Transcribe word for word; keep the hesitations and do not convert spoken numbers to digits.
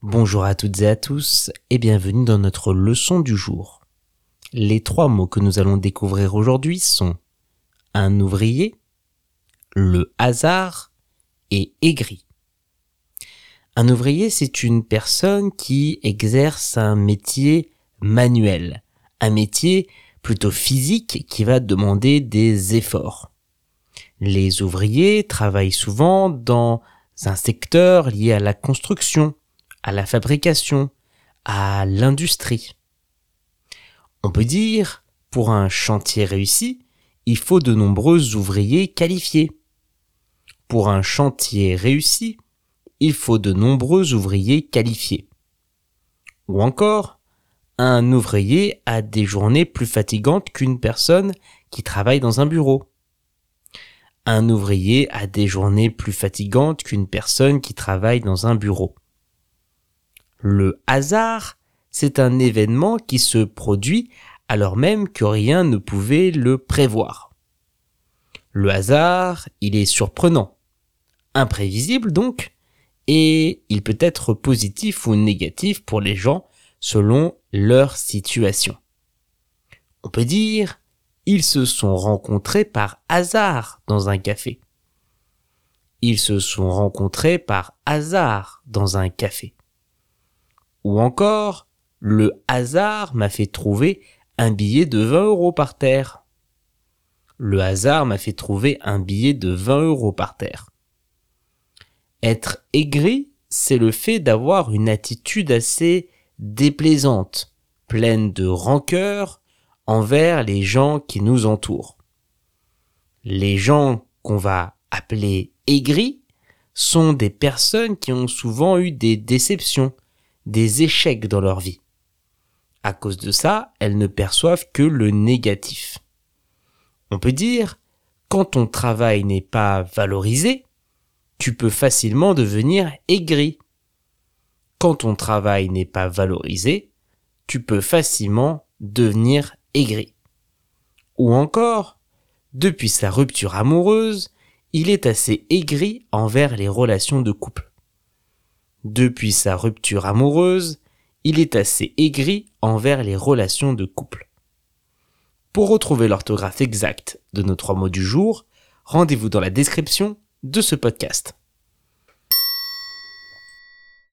Bonjour à toutes et à tous et bienvenue dans notre leçon du jour. Les trois mots que nous allons découvrir aujourd'hui sont un ouvrier, le hasard et aigri. Un ouvrier, c'est une personne qui exerce un métier manuel, un métier plutôt physique qui va demander des efforts. Les ouvriers travaillent souvent dans un secteur lié à la construction, à la fabrication, à l'industrie. On peut dire, pour un chantier réussi, il faut de nombreux ouvriers qualifiés. Pour un chantier réussi, il faut de nombreux ouvriers qualifiés. Ou encore, un ouvrier a des journées plus fatigantes qu'une personne qui travaille dans un bureau. Un ouvrier a des journées plus fatigantes qu'une personne qui travaille dans un bureau. Le hasard, c'est un événement qui se produit alors même que rien ne pouvait le prévoir. Le hasard, il est surprenant, imprévisible donc, et il peut être positif ou négatif pour les gens selon leur situation. On peut dire, ils se sont rencontrés par hasard dans un café. Ils se sont rencontrés par hasard dans un café. Ou encore, le hasard m'a fait trouver un billet de vingt euros par terre. Le hasard m'a fait trouver un billet de vingt euros par terre. Être aigri, c'est le fait d'avoir une attitude assez déplaisante, pleine de rancœur envers les gens qui nous entourent. Les gens qu'on va appeler aigris sont des personnes qui ont souvent eu des déceptions, des échecs dans leur vie. À cause de ça, elles ne perçoivent que le négatif. On peut dire, quand ton travail n'est pas valorisé, tu peux facilement devenir aigri. Quand ton travail n'est pas valorisé, tu peux facilement devenir aigri. Ou encore, depuis sa rupture amoureuse, il est assez aigri envers les relations de couple. Depuis sa rupture amoureuse, il est assez aigri envers les relations de couple. Pour retrouver l'orthographe exacte de nos trois mots du jour, rendez-vous dans la description de ce podcast.